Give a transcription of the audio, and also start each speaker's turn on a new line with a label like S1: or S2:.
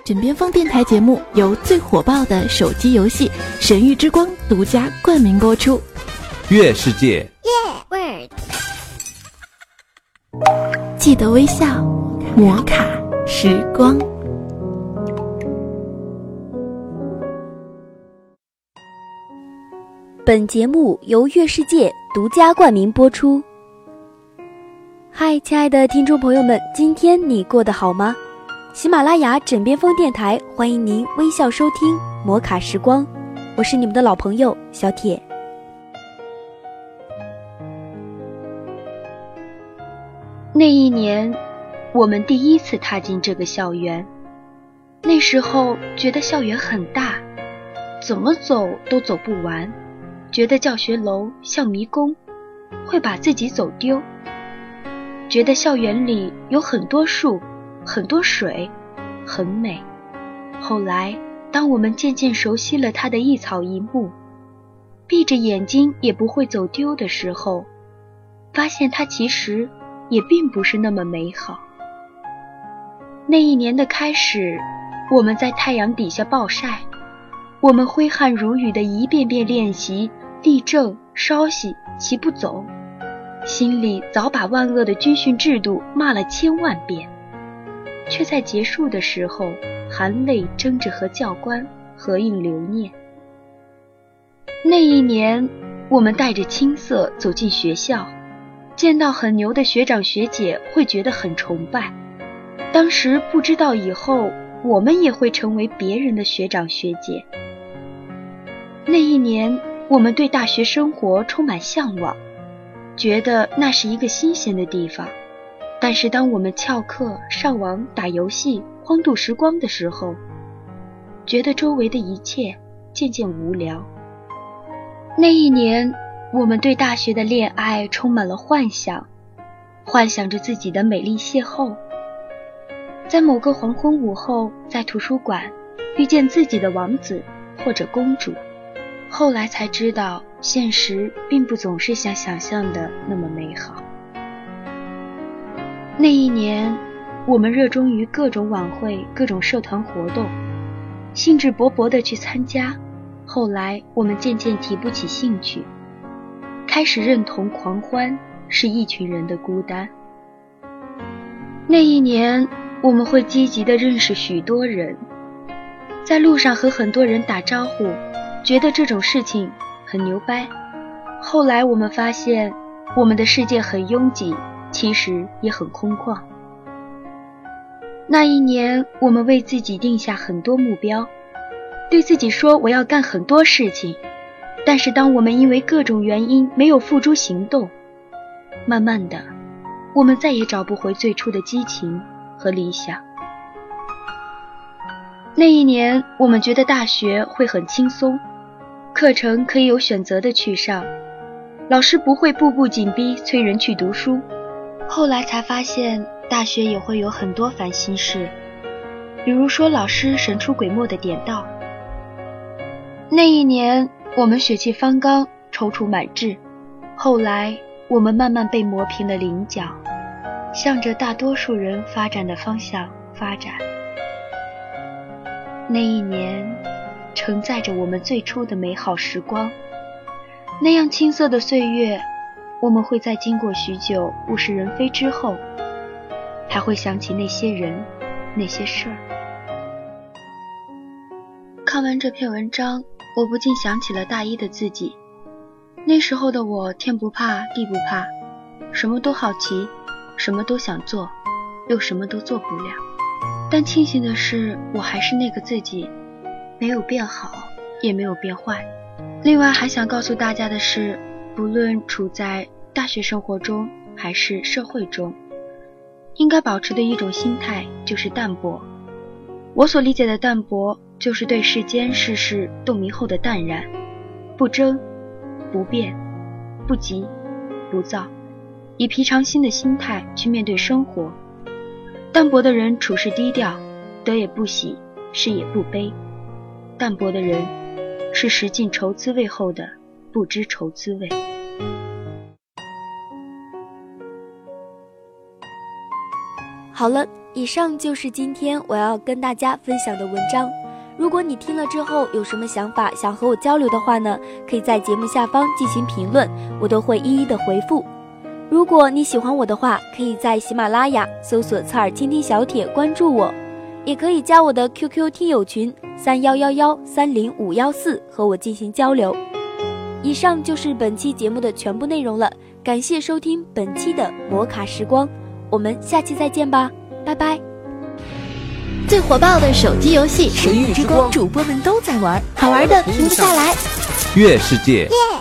S1: 枕边风电台节目由最火爆的手机游戏《神域之光》独家冠名播出。
S2: 月世界，
S1: 记得微笑，摩卡时光。
S3: 本节目由月世界独家冠名播出。嗨，亲爱的听众朋友们，今天你过得好吗？喜马拉雅枕边风电台欢迎您微笑收听摩卡时光，我是你们的老朋友小铁。那一年，我们第一次踏进这个校园，那时候觉得校园很大，怎么走都走不完，觉得教学楼像迷宫，会把自己走丢。觉得校园里有很多树，很多水，很美。后来当我们渐渐熟悉了它的一草一木，闭着眼睛也不会走丢的时候，发现它其实也并不是那么美好。那一年的开始，我们在太阳底下暴晒，我们挥汗如雨的一遍遍练习立正、稍息、齐步走，心里早把万恶的军训制度骂了1000万遍，却在结束的时候含泪争着和教官合影留念。那一年，我们带着青涩走进学校，见到很牛的学长学姐会觉得很崇拜，当时不知道以后我们也会成为别人的学长学姐。那一年，我们对大学生活充满向往，觉得那是一个新鲜的地方，但是当我们翘课、上网、打游戏、荒度时光的时候，觉得周围的一切渐渐无聊。那一年，我们对大学的恋爱充满了幻想，幻想着自己的美丽邂逅，在某个黄昏午后，在图书馆遇见自己的王子或者公主。后来才知道，现实并不总是像想象的那么美好。那一年，我们热衷于各种晚会、各种社团活动，兴致勃勃地去参加。后来我们渐渐提不起兴趣，开始认同狂欢是一群人的孤单。那一年，我们会积极地认识许多人，在路上和很多人打招呼，觉得这种事情很牛掰。后来我们发现，我们的世界很拥挤，其实也很空旷。那一年，我们为自己定下很多目标，对自己说我要干很多事情，但是当我们因为各种原因没有付诸行动，慢慢的，我们再也找不回最初的激情和理想。那一年，我们觉得大学会很轻松，课程可以有选择的去上，老师不会步步紧逼催人去读书。后来才发现，大学也会有很多烦心事，比如说老师神出鬼没的点到。那一年，我们血气方刚，踌躇满志。后来我们慢慢被磨平了棱角，向着大多数人发展的方向发展。那一年，承载着我们最初的美好时光，那样青涩的岁月，我们会在经过许久物是人非之后，还会想起那些人，那些事儿。看完这篇文章，我不禁想起了大一的自己。那时候的我，天不怕地不怕，什么都好奇，什么都想做，又什么都做不了。但庆幸的是，我还是那个自己，没有变好，也没有变坏。另外还想告诉大家的是，不论处在大学生活中还是社会中，应该保持的一种心态就是淡泊。我所理解的淡泊，就是对世间世事洞明后的淡然，不争不辩不急不躁，以平常心的心态去面对生活。淡泊的人处事低调，得也不喜，失也不悲。淡泊的人是食尽愁滋味后的不知愁滋味。好了，
S4: 以上就是今天我要跟大家分享的文章。如果你听了之后有什么想法想和我交流的话呢，可以在节目下方进行评论，我都会一一的回复。如果你喜欢我的话，可以在喜马拉雅搜索侧耳倾听小铁关注我，也可以加我的 QQ 听友群3111305514和我进行交流。以上就是本期节目的全部内容了，感谢收听本期的摩卡时光，我们下期再见吧，拜拜。
S1: 最火爆的手机游戏《
S2: 神域之光》，
S1: 主播们都在玩，好玩的停不下来。
S2: 月世界。